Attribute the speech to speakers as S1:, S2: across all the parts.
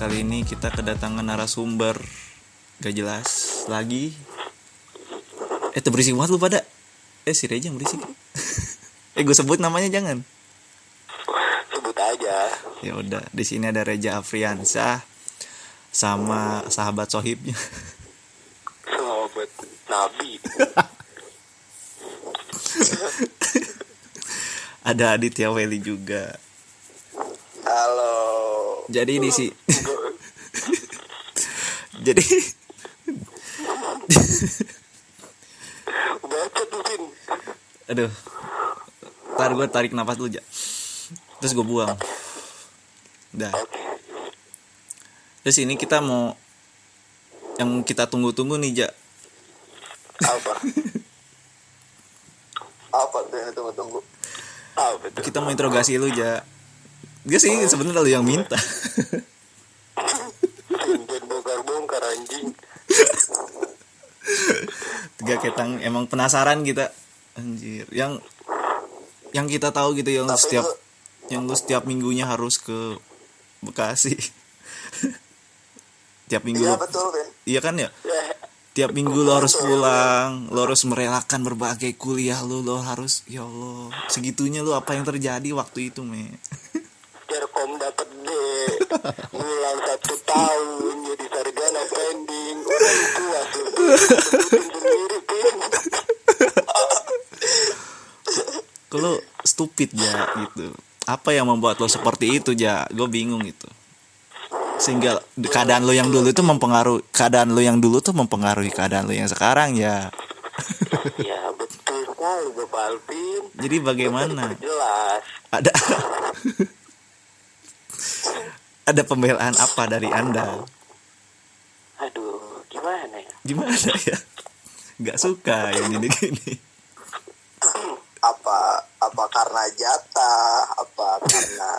S1: Kali ini kita kedatangan narasumber gak jelas lagi. Itu berisik banget lu pada. Si Reja berisik. Gue sebut namanya jangan.
S2: Sebut aja.
S1: Ya udah, di sini ada Reja Afriansyah sama sahabat sohibnya.
S2: Sahabat Nabi.
S1: Ada Aditya Weli juga.
S2: Halo.
S1: Jadi di Jadi
S2: Bacot lu, Vin.
S1: aduh. Ntar gue tarik nafas dulu, Ja. Terus gue buang. Udah. Terus ini kita mau yang kita tunggu-tunggu nih, Ja.
S2: Apa? Apa tuh yang tunggu-tunggu? Apa tuh?
S1: Kita mau interogasi lu, Ja. Gue sih sebenarnya lu yang minta.
S2: Jangan bongkar-bongkar anjing.
S1: Tiga ketang, emang penasaran kita. Anjir, yang kita tahu gitu, yang lu setiap minggunya harus ke Bekasi. Tiap minggu.
S2: Iya betul, Ben.
S1: Iya kan ya?
S2: Ya.
S1: Tiap minggu lo harus pulang, lo harus merelakan berbagai kuliah lo harus, ya Allah, segitunya lo apa yang terjadi waktu itu, me?
S2: Jerkom dapet D, ngulang 1 tahun jadi sarjana pending. Udah puas lu, sebutin sendiri, Vin.
S1: Lo stupid, Ja, gitu. Apa yang membuat lo seperti itu, Ja? Gue bingung gitu. Sehingga keadaan lo yang dulu itu mempengaruhi keadaan lo yang sekarang, ya.
S2: Ya betul sekali, Bapak Alvin.
S1: Jadi bagaimana?
S2: Jelas.
S1: Ada pembelaan apa dari Anda?
S2: Aduh, gimana ya?
S1: Gimana ya? Gak suka yang gini-gini.
S2: Apa karena jatah, apa karena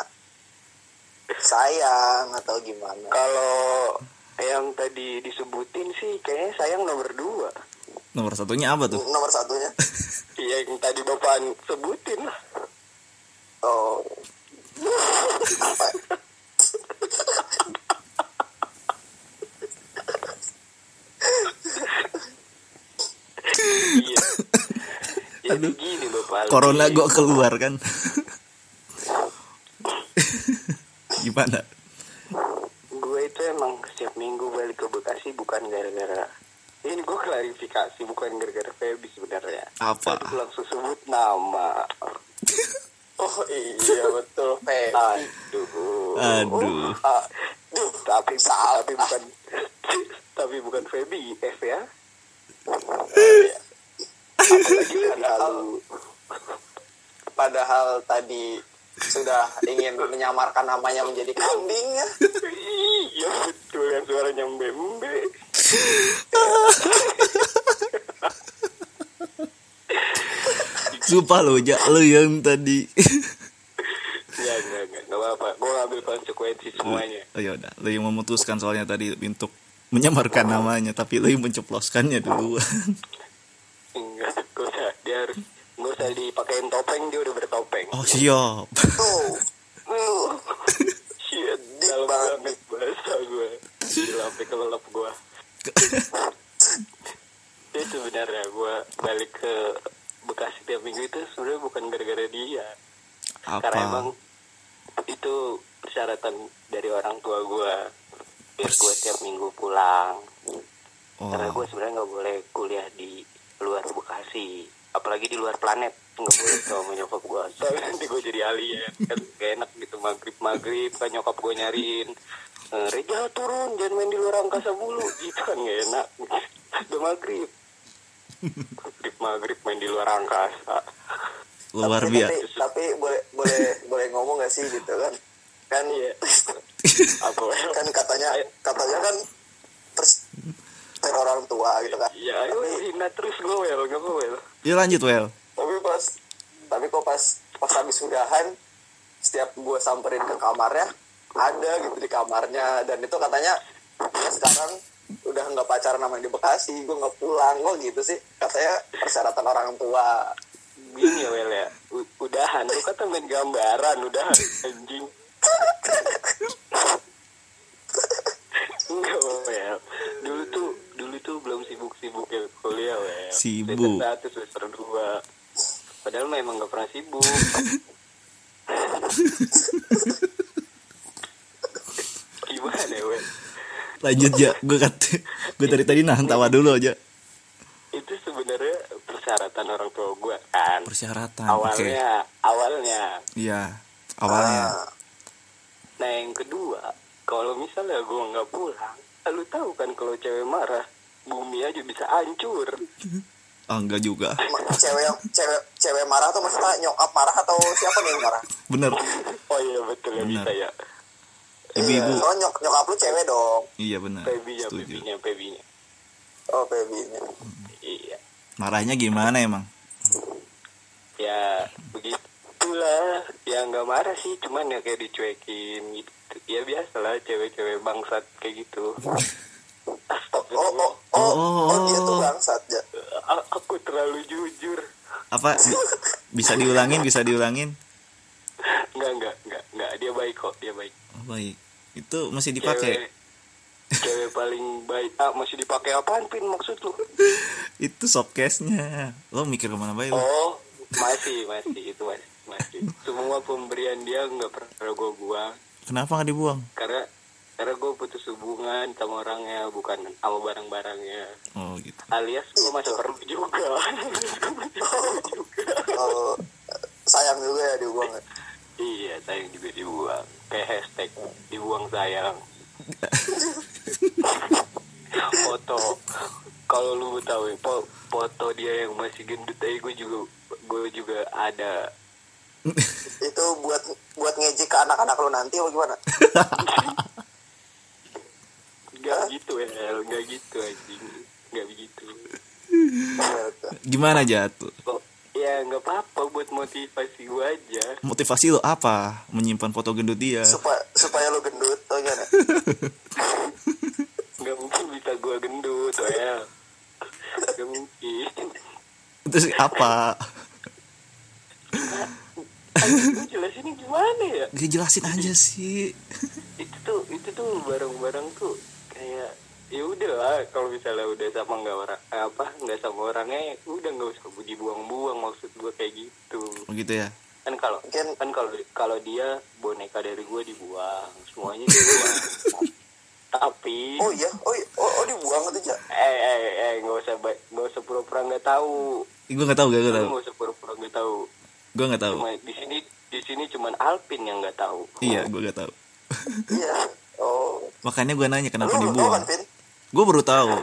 S2: sayang atau gimana? Kalau yang tadi disebutin sih kayaknya sayang nomor 2.
S1: Nomor satunya apa tuh?
S2: Nomor satunya? Iya, yang tadi Bapak sebutin lah. Oh. Iya. Ya,
S1: Aduh,
S2: gini Bapak.
S1: Corona gue keluar kan. Gimana?
S2: Gue itu emang setiap minggu balik ke Bekasi bukan gara-gara, ini gue klarifikasi, bukan gara-gara Feby sebenarnya.
S1: Apa?
S2: Tadi gue langsung sebut nama. Oh iya betul, Feby.
S1: Aduh.
S2: Tapi bukan Feby, F ya. Padahal tadi sudah ingin menyamarkan namanya menjadi kambing ya. Iya betul, yang suaranya mbembe.
S1: Sumpah lo, Ja, lo yang tadi.
S2: Ya enggak apa-apa. Gue ambil konsekuensi semuanya.
S1: Oh ya udah, lo yang memutuskan soalnya tadi untuk menyamarkan namanya, tapi lo yang menceploskannya duluan.
S2: Enggak, dia harus nggak usah dipakein topeng, dia udah bertopeng.
S1: Oh siap.
S2: Shit, dalam banget bahasa gue. Gila, sampai kelelep gue. Itu sebenarnya gue balik ke Bekasi tiap minggu itu sebenarnya bukan gara-gara dia. Karena emang itu persyaratan dari orang tua gue, biar gue tiap minggu pulang. Karena gue sebenarnya nggak boleh kuliah di luar Bekasi, apalagi di luar planet, nggak boleh sama nyokap gue. Soalnya nanti gue jadi alien kan, gak enak gitu. Maghrib kan nyokap gue nyariin, Reja turun, jangan main di luar angkasa mulu, gitu kan gak enak. Udah maghrib main di luar angkasa.
S1: Luar biasa.
S2: Tapi boleh ngomong gak sih gitu kan? Kan iya. Apa kan katanya kan orang tua gitu kan. Iya, ayo hina terus gue, Wel, enggak apa, Wel.
S1: Ya lanjut, Wel.
S2: Tapi kok pas habis udahan, setiap gue samperin ke kamarnya, ada gitu di kamarnya, dan itu katanya ya sekarang udah nggak pacaran sama di Bekasi, gue nggak pulang, kok gitu sih katanya persyaratan orang tua. Gini ya, Wel ya, udahan, lu kata main gambaran, udahan anjing.
S1: Sibuk.
S2: semester 2. Padahal memang gak pernah sibuk. Gimana ya, Wen?
S1: Lanjut ya, gue dari tadi nahan tawa dulu aja.
S2: Itu sebenarnya persyaratan orang tua gue kan.
S1: Persyaratan.
S2: Awalnya.
S1: Iya, awalnya.
S2: Nah yang kedua, kalau misalnya gue nggak pulang, lu tahu kan kalau cewek marah, bumi aja bisa hancur.
S1: Enggak juga.
S3: Cewek marah tuh maksudnya nyokap marah atau siapa nih yang marah?
S1: Bener.
S2: Oh iya betul ya, bisa ya.
S1: Ibu-ibu.
S3: Oh nyokap lu cewek dong.
S1: Iya benar.
S2: Pebinya.
S3: Oh pebinya.
S2: Iya.
S1: Marahnya gimana emang?
S2: Ya begitulah. Ya nggak marah sih, cuman ya kayak dicuekin gitu. Ya biasalah cewek-cewek bangsat kayak gitu.
S3: Oh dia tuh bangsat ya.
S2: Aku terlalu jujur.
S1: Apa? Bisa diulangin?
S2: Enggak. Dia baik kok, dia baik.
S1: Oh, baik. Itu masih dipakai.
S2: Cewek paling baik. Masih dipakai apaan Pin maksud lu?
S1: Itu softcase-nya. Lo mikir kemana baik lo?
S2: Oh, masih itu masih. Semua pemberian dia nggak pernah gue buang.
S1: Kenapa nggak dibuang?
S2: Karena gue putus hubungan sama orangnya, bukan sama barang-barangnya.
S1: Oh gitu.
S2: Alias gue masih perlu juga.
S3: Oh sayang juga ya dibuang.
S2: Iya, sayang juga dibuang. Kayak hashtag dibuang sayang. Foto, kalau lu tahu ya, foto dia yang masih gendut aja gue juga ada.
S3: Itu buat ngejek ke anak-anak lu nanti atau gimana?
S2: Gak gitu ya, gak gitu anjing. Gak begitu.
S1: Gimana jatuh?
S2: Ya nggak apa-apa buat motivasi gue aja.
S1: Motivasi lo apa? Menyimpan foto gendut dia.
S3: Supaya lo gendut atau gimana?
S2: Gak mungkin bisa gue gendut ya. Gak mungkin.
S1: Terus apa?
S2: Gue jelasinnya gimana ya?
S1: Gak jelasin aja sih.
S2: Itu tuh barang-barang tuh kayak ya udah lah, kalau misalnya udah sama nggak sama orangnya udah nggak usah dibuang-buang, maksud gue kayak gitu.
S1: Oh gitu ya.
S2: Kan kalau dia boneka dari gue dibuang, semuanya dibuang. Tapi
S3: dibuang itu aja.
S2: nggak usah pura-pura nggak tahu.
S1: Gue nggak tahu.
S2: Nggak usah pura-pura nggak tahu.
S1: Gue nggak tahu.
S2: Di sini cuman Alpin yang nggak tahu.
S1: Iya, gue nggak tahu.
S3: Iya. Oh.
S1: Makanya gue nanya kenapa
S3: Lu
S1: dibuang.
S3: Kan,
S1: gue baru tahu.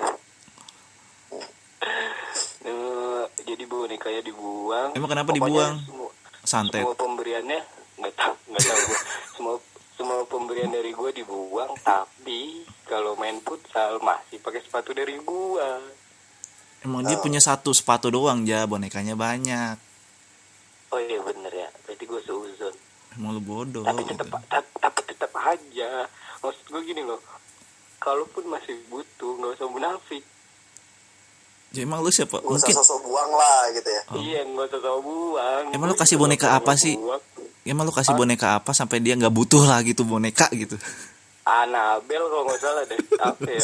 S2: Jadi bonekanya dibuang.
S1: Emang kenapa dibuang? Santet.
S2: Semua pemberiannya nggak tahu semua pemberian dari gue dibuang, tapi kalau main futsal masih pakai sepatu dari gue.
S1: Emang dia punya satu sepatu doang ya, bonekanya banyak.
S2: Oh iya bener ya, berarti gue seuzon.
S1: Emang lu bodoh.
S2: Tapi tetap aja, maksud gue gini loh, kalaupun masih butuh nggak usah munafik.
S1: Ya emang lu siapa?
S3: Gak usah sosok buang lah gitu ya.
S2: Iya, nggak usah sosok buang.
S1: Emang lu kasih boneka apa sih? Emang lu kasih boneka apa sampai dia nggak butuh lah gitu boneka gitu?
S2: Anabel kalau nggak salah deh, apa ya?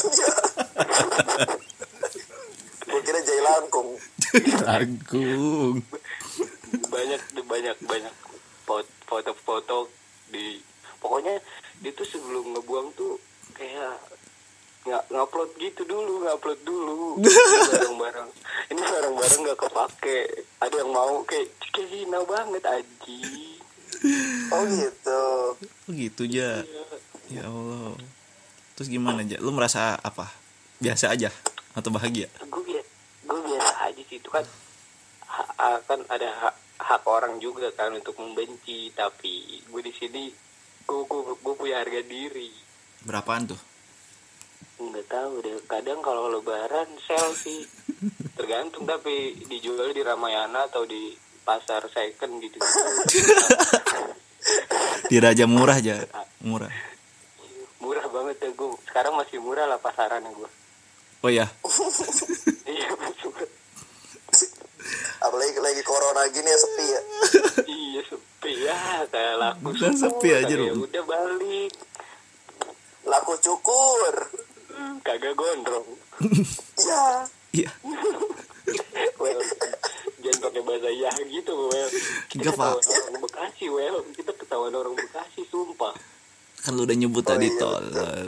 S3: Gue kira Jailangkung.
S1: Jailangkung.
S2: banyak foto-foto di, pokoknya dia tuh sebelum ngebuang tuh kayak ngupload dulu barang-barang nggak kepake, ada yang mau kayak hina banget aji.
S3: Oh gitu
S1: ya. Ya Allah. Terus gimana aja? Lu merasa apa? Biasa aja atau bahagia?
S2: Gue biasa aja sih, itu kan kan ada hak orang juga kan untuk membenci, tapi gue di sini gue punya harga diri.
S1: Berapaan tuh?
S2: Nggak tahu deh, kadang kalau lebaran sale sih, tergantung, tapi dijual di Ramayana atau di pasar second gitu.
S1: Di Raja murah aja, murah
S2: banget ya gue. Sekarang masih murah lah pasarannya gue.
S1: Oh ya.
S2: Iya betul.
S3: Apalagi lagi corona gini ya, sepi ya.
S2: Iya sepi ya, kayak laku
S1: sepi aja
S2: ya udah balik.
S3: Laku cukur.
S2: Kagak gondrong.
S3: Iya.
S1: Iya.
S2: gitu, Wel. Kita
S1: Gak, Pak.
S2: ketahuan orang Bekasi, Wel. Kita ketahuan orang Bekasi, sumpah.
S1: Kan lu udah nyebut tadi
S3: iya,
S1: tolol.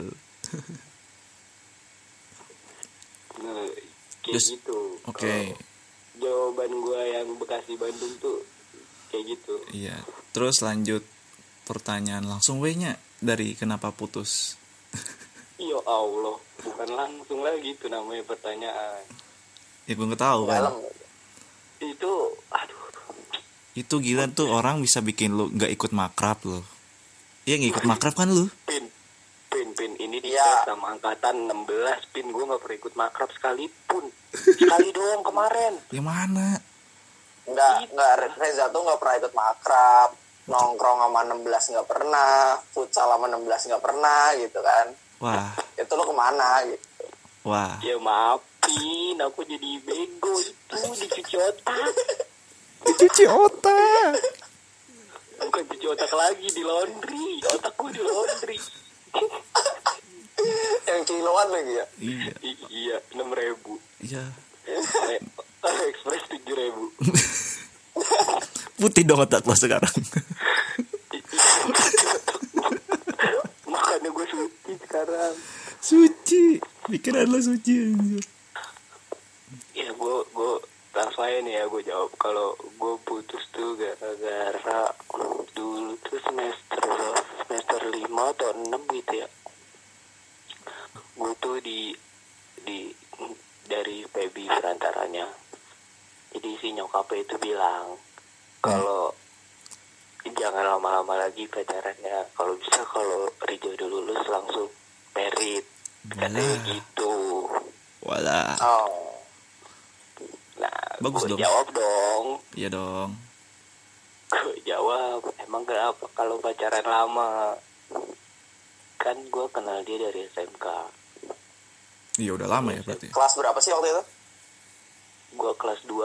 S2: Nah, kayak
S1: Terus,
S2: gitu.
S1: Oke.
S2: Jawaban gue yang Bekasi Bandung tuh kayak gitu.
S1: Iya. Terus lanjut pertanyaan langsung W-nya dari kenapa putus.
S2: Ya Allah, bukan langsung lagi tuh namanya pertanyaan.
S1: Ya gue nggak tahu kan.
S3: dalam.
S2: Itu, aduh.
S1: Itu gila tuh orang bisa bikin lu nggak ikut makrab lo. Iya nggak ikut makrab kan lu?
S2: Pin, ini di
S3: Iya.
S2: sama angkatan 16, Pin. Gue gak pernah ikut makrab sekalipun. Sekali doang kemarin.
S1: Yang mana?
S3: Enggak, Reza tuh nggak pernah ikut makrab, nongkrong sama 16 nggak pernah, futsal sama 16 nggak pernah gitu kan.
S1: Wah,
S3: Itu lo kemana gitu?
S1: wah.
S2: Ya maaf, Pin. Aku jadi bego itu. Dicuci otak.
S1: Cuci otak.
S2: Bukan cuci otak lagi, di laundry. Otakku di laundry.
S3: Yang kiloan lagi ya?
S1: Iya,
S2: Iya, 6.000.
S1: iya.
S2: Express 7.000.
S1: Putih dong otak lo sekarang.
S2: Makanya gue suci sekarang.
S1: Suci. Pikiran lo suci anjir.
S2: Ya gue langsung aja nih ya, gue jawab. Kalau gue putus tuh gara-gara dulu tuh semester 5 atau 6 gitu ya. Gue tuh di dari Feby perantaranya. Jadi si nyokapnya itu bilang kalau jangan lama-lama lagi pacarannya. Kalau bisa kalau Rijo udah lulus langsung merit. Katanya
S1: Walah.
S2: gitu.
S1: Walah.
S3: Oh,
S2: Nah,
S1: Bagus
S2: gue
S1: dong.
S2: jawab dong.
S1: Iya dong.
S2: Gue jawab, emang kenapa kalau pacaran lama? Kan gue kenal dia dari SMK.
S1: Iya udah lama ya berarti.
S3: kelas berapa sih waktu itu?
S2: Gue kelas 2.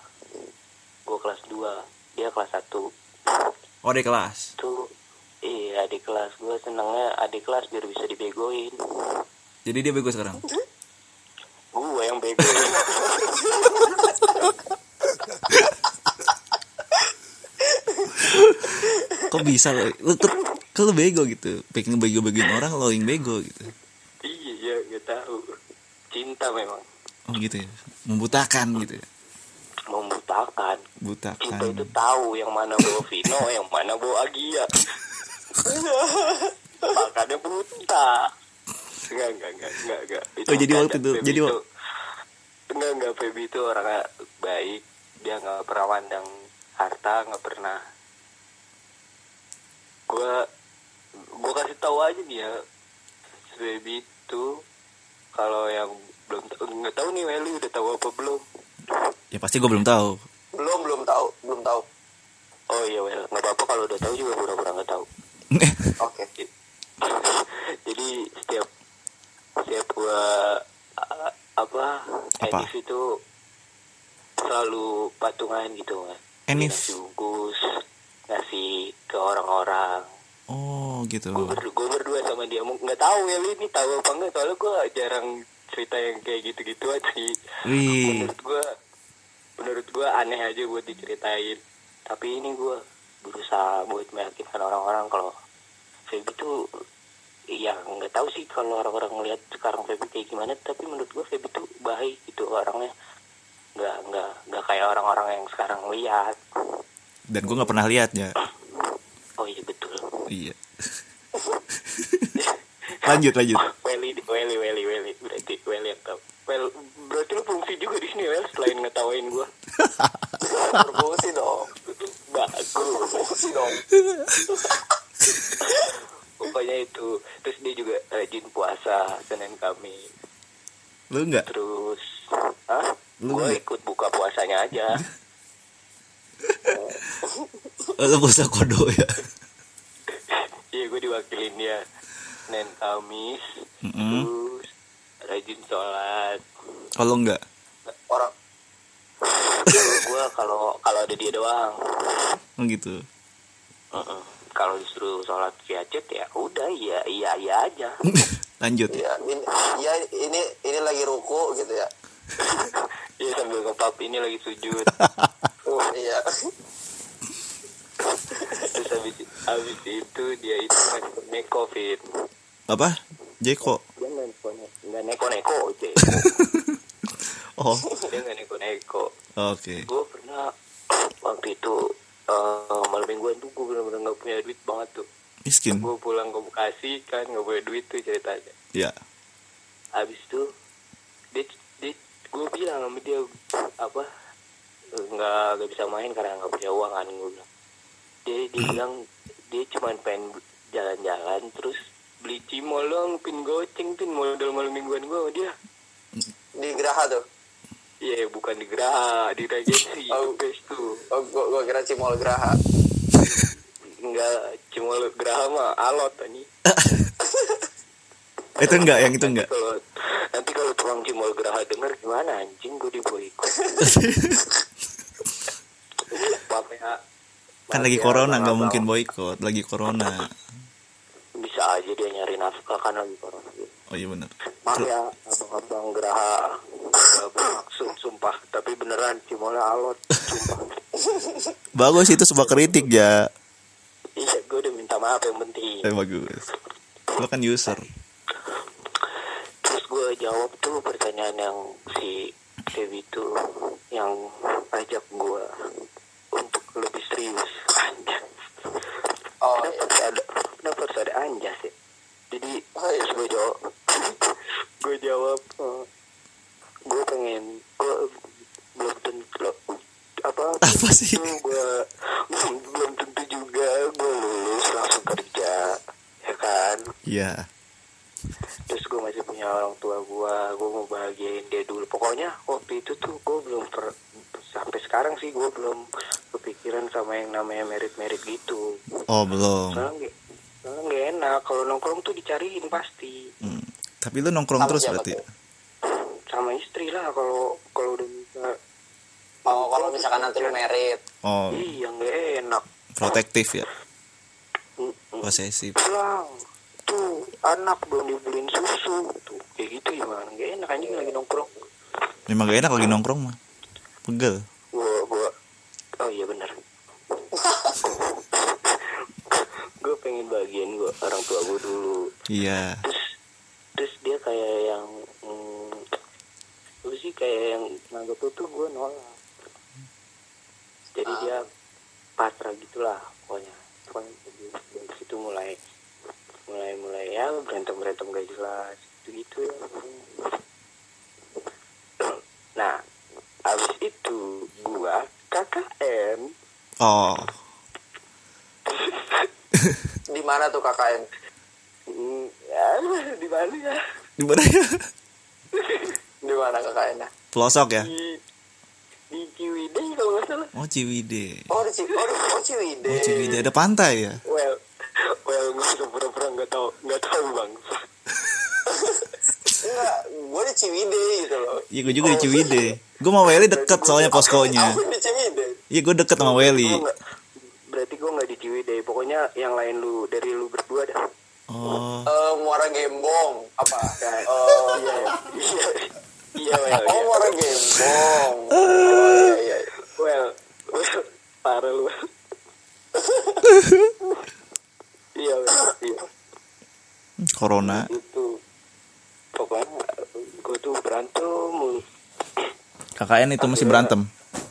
S2: Dia kelas 1.
S1: Oh di kelas.
S2: Tuh, iya adik kelas. Gue senengnya adik kelas biar bisa dibegoin.
S1: Jadi dia bego sekarang.
S2: Gue yang begoin.
S1: Kok bisa lo? Kok lo bego gitu? Pengen bego-begoin orang lo yang bego gitu.
S2: Iya, gak tahu. Cinta memang.
S1: Oh gitu ya. Membutakan gitu ya.
S2: Membutakan. Cinta
S1: Butakan.
S2: itu tahu yang mana bawa Vino, yang mana bawa Agia. Makanya buta. Enggak.
S1: Oh, jadi waktu itu-
S2: Feby
S1: jadi
S2: itu- enggak, Feby itu orangnya baik. Dia enggak pernah mandang harta, enggak pernah. Gua kasih tahu aja nih ya. Feby itu kalau yang belum tahu, enggak tahu nih Welly udah tahu apa belum?
S1: Ya pasti gue belum tahu.
S3: Belum tahu.
S2: Oh iya Well, enggak apa-apa kalau udah tahu juga pura-pura enggak tahu.
S3: Oke.
S2: Jadi setiap gua Enif itu selalu patungan gitu kan.
S1: Enif.
S2: Ngasih bungkus, ngasih ke orang-orang.
S1: Oh gitu.
S2: Gue berdua sama dia nggak tahu ya ini tahu apa enggak, soalnya gue jarang cerita yang kayak gitu-gitu aja sih.
S1: Wih.
S2: Menurut gue aneh aja buat diceritain. Tapi ini gue berusaha buat meyakinkan orang-orang kalau Feby tuh ya nggak tahu sih kalau orang-orang ngelihat sekarang Feby kayak gimana, tapi menurut gue Feby tuh baik gitu orangnya, nggak kayak orang-orang yang sekarang lihat.
S1: Dan gue nggak pernah lihat ya.
S2: Oh iya betul.
S1: Iya. lanjut.
S2: Welly berarti Welly yang tahu. Berarti lu fungsi juga di sini Well selain ngetawain gue.
S3: Berfungsi dong.
S2: Bagus.
S3: dong.
S2: Pokoknya itu. Terus dia juga rajin puasa Senin Kamis.
S1: Lu nggak?
S2: Terus
S1: Lu
S2: gue
S1: nggak?
S2: ikut buka puasanya aja.
S1: Lu puasa kodo ya.
S2: Iya gue diwakilin dia Senin Kamis. Terus rajin sholat.
S1: Kalau nggak?
S3: Orang
S2: Gue kalau ada dia doang.
S1: Oh gitu.
S2: Kalau disuruh sholat via chat ya udah iya aja.
S1: Lanjut.
S3: ya ini lagi ruku gitu ya.
S2: Iya sambil ngepap ini lagi sujud.
S3: Iya.
S2: Terus habis itu dia itu neko Fit.
S1: Apa? Jeko.
S2: Dia nggak neko Jeko.
S1: Oh.
S2: Dia nggak neko.
S1: Oke.
S2: Gue pernah waktu itu malam mingguan tuh gue benar-benar nggak punya duit banget tuh.
S1: Miskin.
S2: Gue pulang ke Bekasi kan nggak punya duit tuh ceritanya.
S1: Ya.
S2: Habis itu dia gue bilang sama dia apa nggak bisa main karena nggak punya uang kan, gue bilang. Dia bilang dia cuma pengen jalan-jalan terus beli cimol dong, pin goceng, pin modal malam mingguan gue sama dia.
S3: Di Geraha tuh.
S2: Iya, bukan di Geraha, di Regency. Tuh.
S3: Oh, gua kira Cimol Geraha.
S2: Enggak, cimol Geraha mah alot ani.
S1: Itu enggak, yang itu enggak.
S2: Nanti kalau tukang cimol Geraha denger gimana anjing, gue diboikot.
S1: Kan lagi corona, nggak mungkin boikot, lagi corona.
S2: Bisa aja dia nyari nafkah kan lagi corona gitu.
S1: Oh iya benar.
S2: Maaf ya abang-abang Geraha, gak bermaksud sumpah, tapi beneran cimolnya alot sumpah.
S1: Bagus, itu sebuah kritik ya.
S2: Iya, gue udah minta maaf yang penting.
S1: Bagus. Lo kan user.
S2: Terus gue jawab tuh pertanyaan yang si Dewi itu yang ajak gue untuk lebih serius. Anjas.
S3: Oh,
S2: Kenapa harus ada anjas ya? Jadi terus gue jawab gue pengen, gue belum tentu apa
S1: sih?
S2: Gue belum tentu juga gue lulus langsung kerja, ya kan?
S1: Iya.
S2: Terus gue masih punya orang tua gue mau bahagiain dia dulu. Pokoknya waktu itu tuh gue belum sampai sekarang sih gue belum kepikiran sama yang namanya merit gitu.
S1: Oh belum.
S2: Soalnya nggak enak kalau nongkrong tuh dicariin pasti.
S1: Tapi lu nongkrong terus berarti?
S3: Tuh?
S2: Sama istri lah kalau udah bisa.
S3: Oh, kalau misalkan nanti lu merit.
S1: Oh.
S2: Iya, nggak enak.
S1: Protektif ya. Posesif.
S2: Pulang tuh anak belum dibeliin susu tuh kayak gitu gimana? Nggak enak anjing lagi nongkrong.
S1: Memang gak enak lagi nongkrong mah. Pegel.
S2: Gua oh iya benar. Gue pengen bagian gue orang tua gue dulu.
S1: Iya.
S2: Terus dia kayak yang lu sih kayak yang nganggap tuh gue nolak. Jadi dia pasrah gitulah pokoknya dari situ mulai ya berantem gak jelas gitu ya. Nah abis itu gua KKN.
S1: Oh.
S3: Di mana tuh KKN?
S2: Ya di mana ya?
S1: Di mana ya?
S3: Di mana KKN-nya?
S1: Pelosok ya?
S2: Di Ciwidey kalau nggak salah.
S1: Oh Ciwidey.
S3: Oh di Ciwidey.
S1: Oh Ciwidey, ada pantai ya?
S2: Well gue sudah pura-pura nggak tahu bang.
S3: Enggak, gue di Ciwidey gitu loh.
S1: Iya gue juga di Ciwidey. Gue sama Welly deket soalnya poskonya.
S3: Aku di Ciwidey.
S1: Iya gue deket sama Welly.
S2: Berarti gue nggak di Ciwidey. Pokoknya yang lain dari lu berdua dah.
S1: Oh.
S3: Muara Gembong apa?
S2: Iya.
S3: Oh Muara Gembong. Iya.
S2: Well parah lu. Iya.
S1: Corona.
S2: Itu pokoknya gue tuh berantem.
S1: KKN itu masih berantem.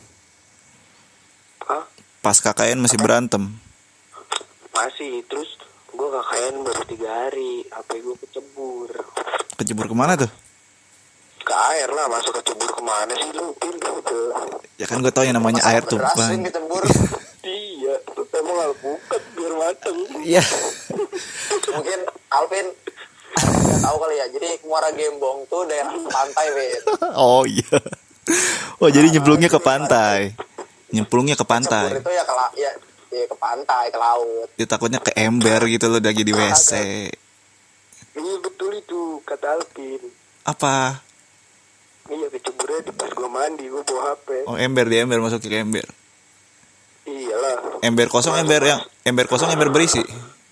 S2: Hah?
S1: Pas KKN masih berantem.
S2: Masih. Terus gue KKN baru 3 hari, HP gue kecebur.
S1: Kecebur kemana tuh?
S2: Ke air lah, masuk kecebur kemana sih lu?
S1: Ya kan gue tau yang namanya air tuh bang.
S3: Kecebur.
S2: Iya, lu emang gak buket biar mateng.
S1: Iya.
S3: Mungkin Alvin nggak tahu kali ya. Jadi Muara Gembong tuh daerah pantai, Bet.
S1: Oh iya. Oh jadi nyemplungnya ke pantai. Nyemplungnya ke pantai.
S3: Kecebur itu ya ke pantai, ke laut.
S1: Dia takutnya ke ember gitu loh lagi di WC.
S2: Iya betul itu kata Alvin.
S1: Apa?
S2: Iya keceburnya di pas gue mandi, gue bawa HP.
S1: Oh ember, di ember, masuk ke ember.
S2: Iyalah.
S1: Ember kosong, ember berisi.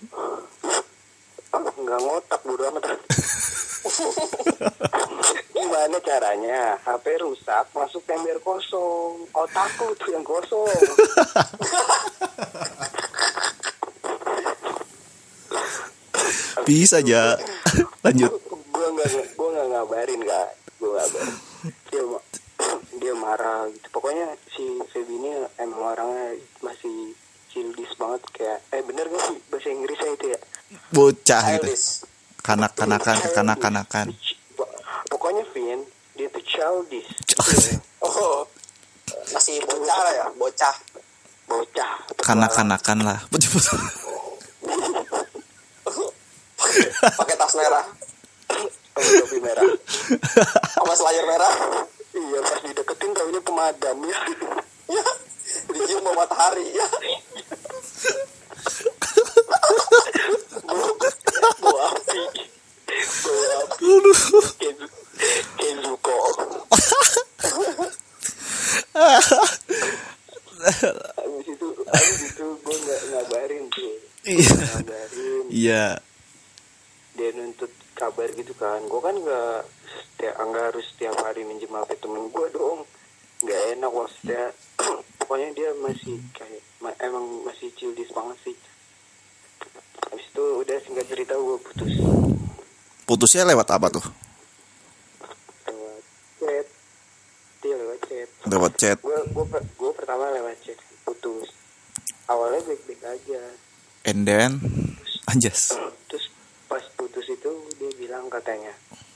S2: Nggak ngotak bodo amat. Gimana Gimana caranya? HP rusak, masuk ember kosong. Otakku tuh yang kosong.
S1: Bisa aja. Lanjut.
S2: Gue nggak ngabarin kak. Gue ngabarin. Dia marah gitu. Pokoknya si Feby ini emang orangnya masih childish banget kayak. Bener gak sih bahasa Inggrisnya itu ya?
S1: Bocah gitu.
S3: Childish.
S1: Kanak-kanakan.
S2: Pokoknya Vin, dia tuh childish.
S3: Oh, masih bocah lah ya, bocah.
S1: Kanak-kanakan lah.
S3: Pakai tas merah,
S2: Sama topi merah.
S3: sama selayar merah.
S2: Iya, pas dideketin taunya pemadam ya.
S3: Ya, dicium sama matahari ya.
S2: Bawa api. Kenzuko. Abis itu gue nggak ngabarin tuh.
S1: Iya.
S2: Dia nuntut kabar gitu kan. Gue kan nggak harus setiap hari minjem HP temen gue dong. Nggak enak maksudnya. Pokoknya dia masih kayak emang masih childish banget sih. Habis itu udah singkat cerita gue putus.
S1: Putusnya lewat apa tuh?
S2: Lewat chat. Dia lewat chat.
S1: Lewat chat.
S2: Gue pertama lewat chat putus. Awalnya baik-baik aja.
S1: And then anjas.
S2: Terus pas putus itu dia bilang katanya,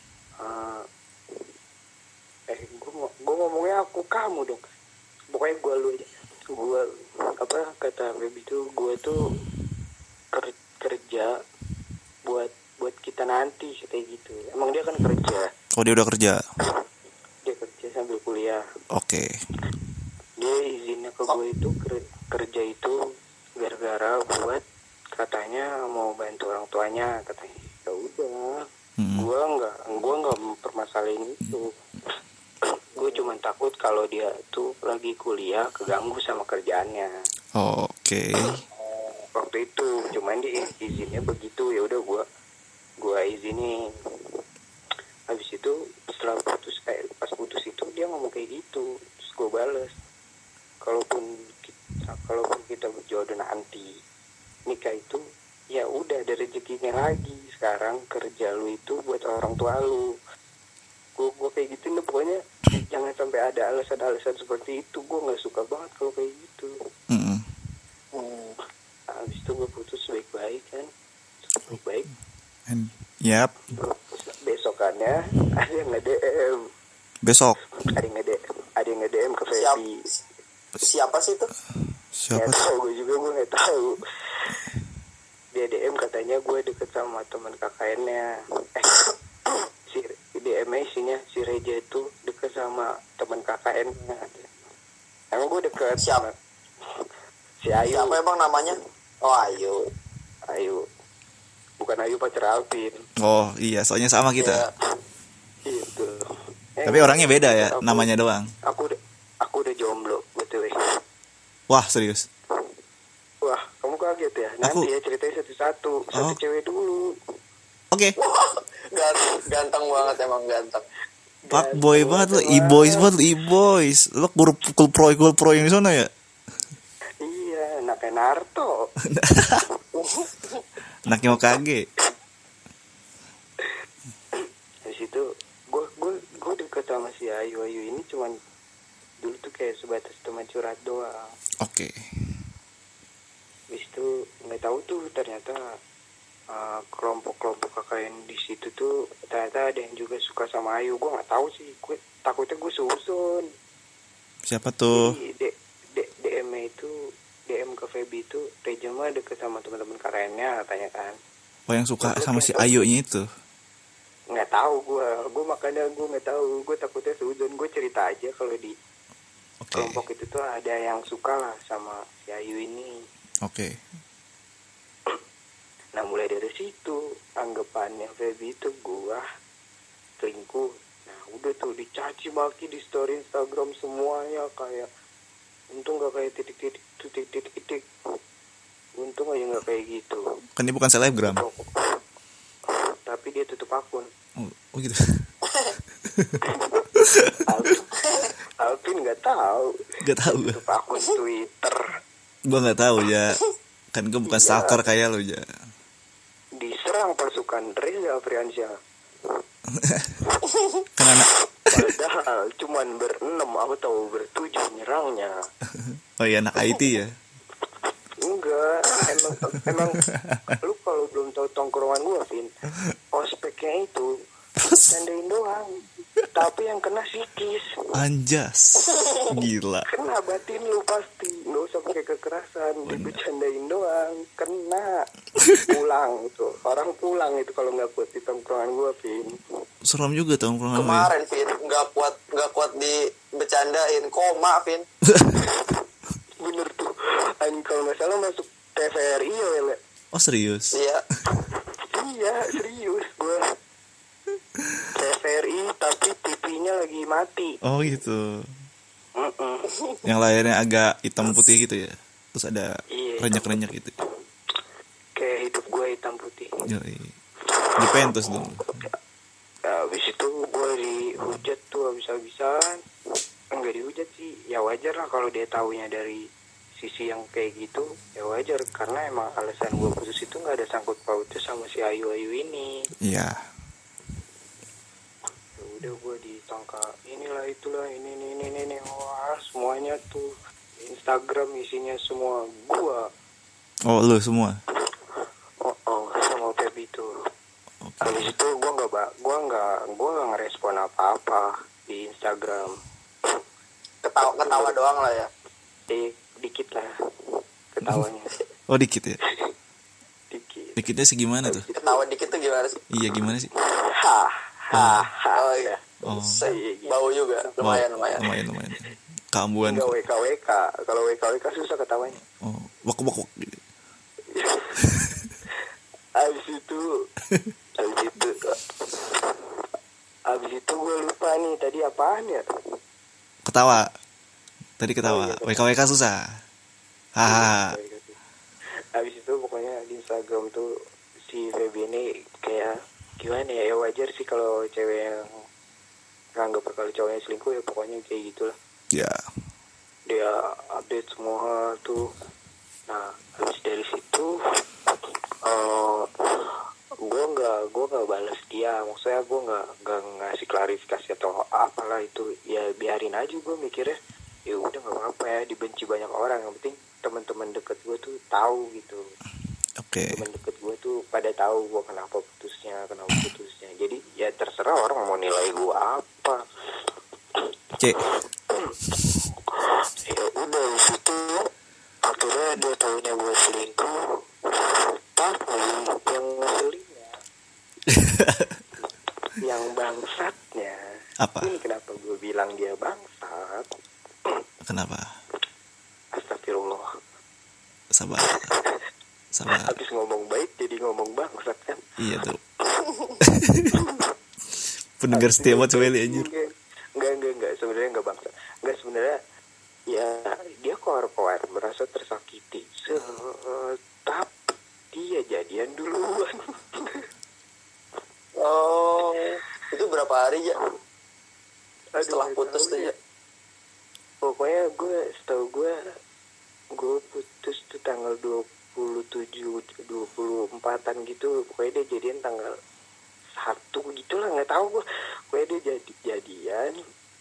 S2: gue ngomongnya aku kamu dong. Pokoknya gue lu aja. Gue kata baby itu gue tuh kerja buat kita nanti kayak gitu. Emang dia kan kerja.
S1: Oh, dia udah kerja.
S2: Dia kerja sambil kuliah.
S1: Oke.
S2: Dia izinnya ke gue itu kerja itu gara-gara buat katanya mau bantu orang tuanya katanya. Ya udah. Gue nggak mempermasalahin itu. Gue cuma takut kalau dia tuh lagi kuliah keganggu sama kerjaannya.
S1: Oke.
S2: Waktu itu cuman dia izinnya begitu, ya udah gue izinin. Habis itu setelah pas putus itu dia ngomong kayak gitu, terus gue bales, kalaupun kita berjodoh nanti nikah itu ya udah ada rezekinya lagi. Sekarang kerja lu itu buat orang tua lu. Gue kayak gitu nih, pokoknya jangan sampai ada alasan-alasan seperti itu. Gue nggak suka banget kalau kayak gitu. Habis itu gue putus baik-baik kan, baik-baik.
S1: Yap.
S2: Besokannya ada yang nge-DM.
S1: Besok.
S2: Ada yang nge-DM ke Feby.
S3: Siapa sih itu?
S1: Siapa?
S2: Nggak tahu, gue nggak tahu. Dia DM katanya gue deket sama teman KKN-nya. Si DM-nya isinya si Reja itu deket sama teman KKN-nya. Emang gue deket
S3: Siapa?
S2: Si Ayu.
S3: Siapa emang namanya? Oh, Ayu.
S2: Bukan Ayu pacar Alvin.
S1: Oh iya, soalnya sama kita.
S3: Ya.
S2: Gitu.
S1: Tapi orangnya beda ya, namanya doang.
S2: Aku udah jomblo, betul.
S1: Wah, serius.
S2: Wah, kamu kaget ya? Nanti ya ceritanya satu-satu. Satu cewek dulu.
S1: Oke.
S3: Ganteng banget, emang ganteng.
S1: Pak boy banget lo, e-boys banget lo, e-boys. Lo pukul pro yang di sana ya?
S2: Iya, anaknya Naruto.
S1: Anaknya Hokage.
S2: Di situ gue deket sama si Ayu ini cuman dulu tuh kayak sebatas teman curhat doang.
S1: Oke.
S2: Habis itu nggak tahu tuh ternyata kelompok KKN di situ tuh ternyata ada yang juga suka sama Ayu. Gue nggak tahu sih, gue takutnya gue susun.
S1: Siapa tuh?
S2: DM ke Feby itu Reja mah deket sama teman-teman KKN-nya katanya kan.
S1: Oh, yang suka sama si Ayunya itu?
S2: Nggak tahu gue makanya gue nggak tahu, gue takutnya susun. Gue cerita aja kalau di kelompok itu tuh ada yang suka lah sama si Ayu ini.
S1: Oke.
S2: Nah mulai dari situ anggapannya Feby itu gue selingkuh. Nah udah tuh dicaci maki di story Instagram semuanya, kayak untung gak kayak titik. Untung aja gak kayak gitu.
S1: Kan dia bukan selebgram.
S2: Tapi dia tutup akun.
S1: Oh gitu.
S2: Alvin nggak tahu.
S1: Gak tahu gue.
S2: Tutup akun Twitter.
S1: Gue nggak tahu ya. Kan gue bukan stalker kayak lo ya.
S2: Diserang pasukan Reza Friansyah.
S1: Kan anak.
S2: Padahal cuman berenam atau bertujuh nyerangnya.
S1: Oh iya, anak IT ya.
S2: Enggak, emang lu kalau belum tahu tongkrongan gua, Vin, ospeknya itu candain doang, tapi yang kena psikis.
S1: Anjas. Gila.
S2: Kena batin lu pasti, nggak usah pakai kekerasan, dibecandain doang, kena. Pulang itu, orang pulang itu kalau nggak kuat di tongkrongan gua, Vin.
S1: Serem juga tongkrongan.
S3: Kemarin Vin nggak kuat dibecandain, koma Vin.
S2: Bener tuh, kalau nggak salah masuk TVRI ya, Le.
S1: Oh serius?
S3: Iya.
S2: Iya, serius gue. TVRI tapi TV-nya lagi mati.
S1: Oh gitu. Yang layarnya agak hitam putih gitu ya. Terus ada renyak-renyak gitu.
S2: Kayak hidup gue hitam putih.
S1: Yoi. Di pentus dong.
S2: Habis itu gue dihujat tuh habis-habisan. Enggak dihujat sih, ya wajar lah kalau dia taunya dari sisi yang kayak gitu, ya wajar karena emang alasan gue putus itu nggak ada sangkut pautnya sama si Ayu ini.
S1: Iya.
S2: Ya udah gue ditangka inilah itulah ini wah semuanya tuh Instagram isinya semua gue.
S1: Oh lu semua.
S2: Sama Feb itu.
S1: Okay.
S2: Habis itu gue nggak ngerespon apa-apa di Instagram.
S3: Ketawa doang lah ya.
S2: Dikit lah ketawanya.
S1: Oh dikit ya.
S2: Dikitnya
S1: segimana tuh?
S3: Ketawa dikit tuh gimana sih?
S1: Iya gimana sih?
S3: Oh iya.
S1: Oh.
S3: Bau juga. Lumayan.
S1: Keambuan.
S2: Enggak WKWK. Kalau WKWK susah ketawanya.
S1: Oh, wak gitu.
S2: Abis itu gue lupa nih tadi apaan ya?
S1: Ketawa. Tadi ketawa.
S2: Oh, iya,
S1: WKWK susah. Haha.
S2: Abis itu pokoknya di Instagram tuh si Feby ini kayak gimana ya, wajar sih kalau cewek yang nganggap kalau cowoknya selingkuh ya pokoknya kayak gitulah.
S1: Ya.
S2: Dia update semua hal tuh. Nah habis dari situ gue nggak balas dia, maksudnya gue nggak ngasih klarifikasi atau apalah itu, ya biarin aja. Gue mikirnya ya udah nggak apa-apa ya dibenci banyak orang, yang penting teman-teman deket gue tuh tahu gitu.
S1: Oke.
S2: Teman deket gue tuh pada tahu gue kenapa putusnya. Jadi ya terserah orang mau nilai gue apa.
S1: Cek.
S2: Ya udah itu akhirnya dia tahunya gue selingkuh, tapi yang ngeselinnya yang bangsatnya.
S1: Apa?
S2: Ini kenapa gue bilang dia bangsat?
S1: Kenapa?
S2: Astagfirullah.
S1: Sabar.
S2: Habis ngomong baik jadi ngomong bangsat kan?
S1: Iya tuh. Pendengar setia buat cewek anjir.
S2: Enggak, sebenarnya enggak bangsat. Enggak, sebenarnya ya dia koar merasa tersakiti. Tapi dia jadian duluan.
S3: Oh, itu berapa hari ya? Setelah putus tuh ya?
S2: Pokoknya setahu gue putus tuh tanggal 24-an gitu. Pokoknya dia jadian tanggal 1 gitu lah, nggak tahu gue. Pokoknya dia jadian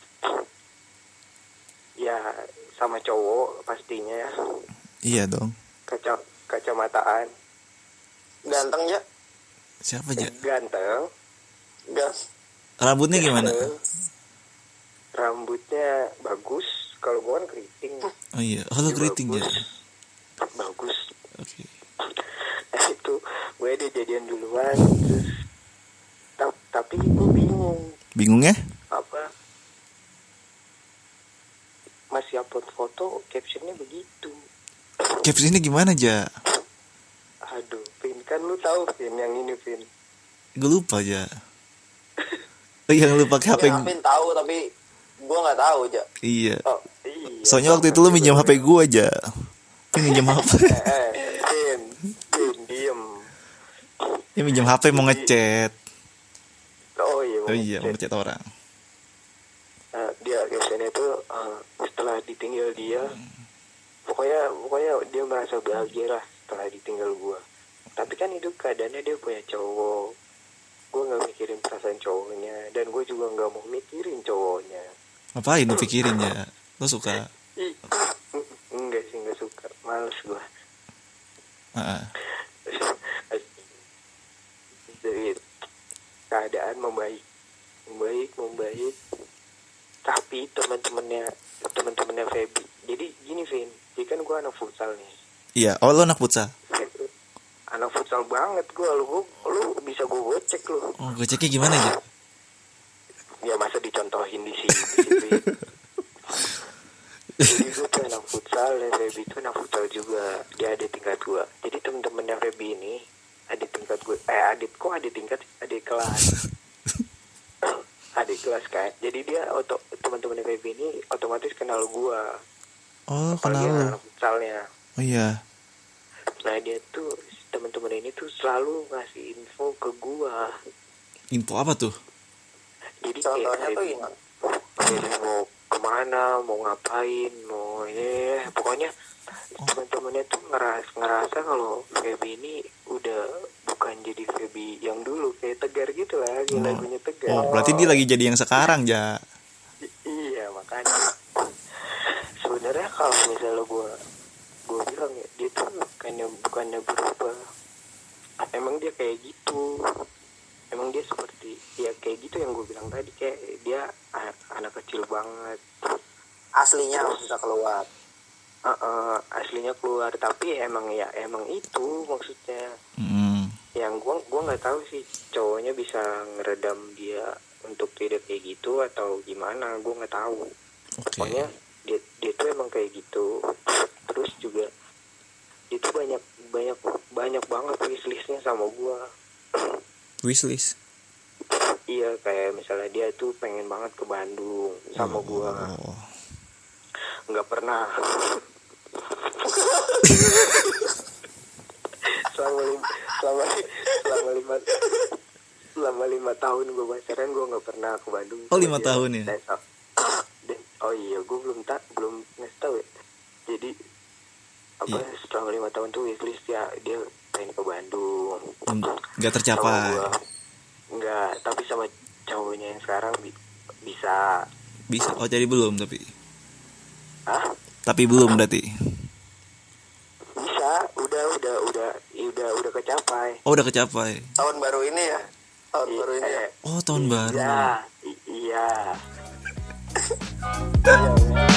S2: ya sama cowok pastinya.
S1: Iya dong.
S2: Kacamataan.
S3: Ganteng ya?
S1: Siapa aja?
S2: Ganteng.
S1: Rambutnya gimana?
S2: Rambutnya bagus. Kalau gue kan keriting.
S1: Oh iya, lu keriting ya.
S2: Bagus.
S1: Oke.
S2: Nah itu gue dia jadian duluan. Terus tapi gue bingung.
S1: Bingung ya?
S2: Apa? Masih upload foto, captionnya begitu.
S1: Captionnya gimana aja?
S2: Aduh, Vin, kan lu tahu Vin yang ini Vin.
S1: Gue lupa aja. Yang lu pakai HP
S3: gue. Vin tahu tapi gue nggak tahu aja.
S1: Iya.
S2: Oh, iya.
S1: Soalnya waktu itu lu minjem HP gue aja. Minjem HP.
S2: Vin, diem.
S1: Dia minjem HP mau ngechat.
S2: Oh iya.
S1: Mau ngechat orang.
S2: ya captionnya tuh setelah ditinggal dia, pokoknya dia merasa bahagia lah setelah ditinggal gue. Tapi kan itu keadaannya dia punya cowok, gue nggak mikirin perasaan cowoknya, dan gue juga nggak mau mikirin cowoknya.
S1: Ngapain lu pikirin ya? Lu suka?
S2: Enggak sih, nggak suka, males gue. Jadi keadaan membaik, tapi teman-temannya Feby. Jadi gini Vin, jadi kan gue anak futsal nih.
S1: Iya, oh lu anak futsal.
S2: Anak futsal banget gue, lu bisa gue gocek lu.
S1: Oh, goceknya gimana ya?
S2: Ya masa dicontohin di sini. Jadi gue tuh anak futsal, dan Feby itu anak futsal juga. Dia adik tingkat gue. Jadi temen-temennya Feby ini adik tingkat gue. Adik kelas. Adik kelas kan. Jadi dia teman-temannya Feby ini otomatis kenal gue.
S1: Oh,
S2: apalagi
S1: kenal.
S2: anak futsalnya.
S1: Oh iya.
S2: Nah dia tuh teman-teman ini tuh selalu ngasih info ke gue.
S1: Info apa tuh?
S3: Jadi contohnya tuh gimana?
S2: Mau kemana, mau ngapain, mau pokoknya teman-temannya tuh ngerasa kalau Feby ini udah bukan jadi Feby yang dulu, kayak Tegar gitu lah, lagunya Tegar.
S1: Oh, berarti dia lagi jadi yang sekarang, Ja.
S2: Iya, makanya sebenarnya kalau misalnya gue bilang ya, dia tuh bukannya berubah, emang dia kayak gitu. Emang dia seperti ya kayak gitu yang gue bilang tadi, kayak dia anak kecil banget.
S3: Aslinya bisa keluar.
S2: Aslinya keluar, tapi emang itu maksudnya. Yang gue nggak tahu sih cowoknya bisa ngeredam dia untuk tidak kayak gitu atau gimana, gue nggak tahu.
S1: Okay.
S2: Pokoknya dia tuh emang kayak gitu. Terus juga itu banyak banget wishlistnya sama gue.
S1: Wishlist?
S2: Iya, kayak misalnya dia tuh pengen banget ke Bandung sama gue. Nggak pernah. selama 5 tahun gue pacaran, gue nggak pernah ke Bandung.
S1: Oh, 5 tahun ya?
S2: Oh iya, gue belum ngasih tahu ya. Jadi setelah 5 tahun tuh wishlist ya, dia pengen ke Bandung.
S1: Nggak tercapai.
S2: Enggak, tapi sama cowoknya yang sekarang bisa.
S1: Oh, jadi belum tapi.
S2: Hah?
S1: Tapi belum berarti.
S2: Bisa, udah kecapai.
S1: Oh, udah kecapai.
S3: Tahun baru ini ya. Baru ini ya.
S1: Oh, tahun baru.
S2: Iya.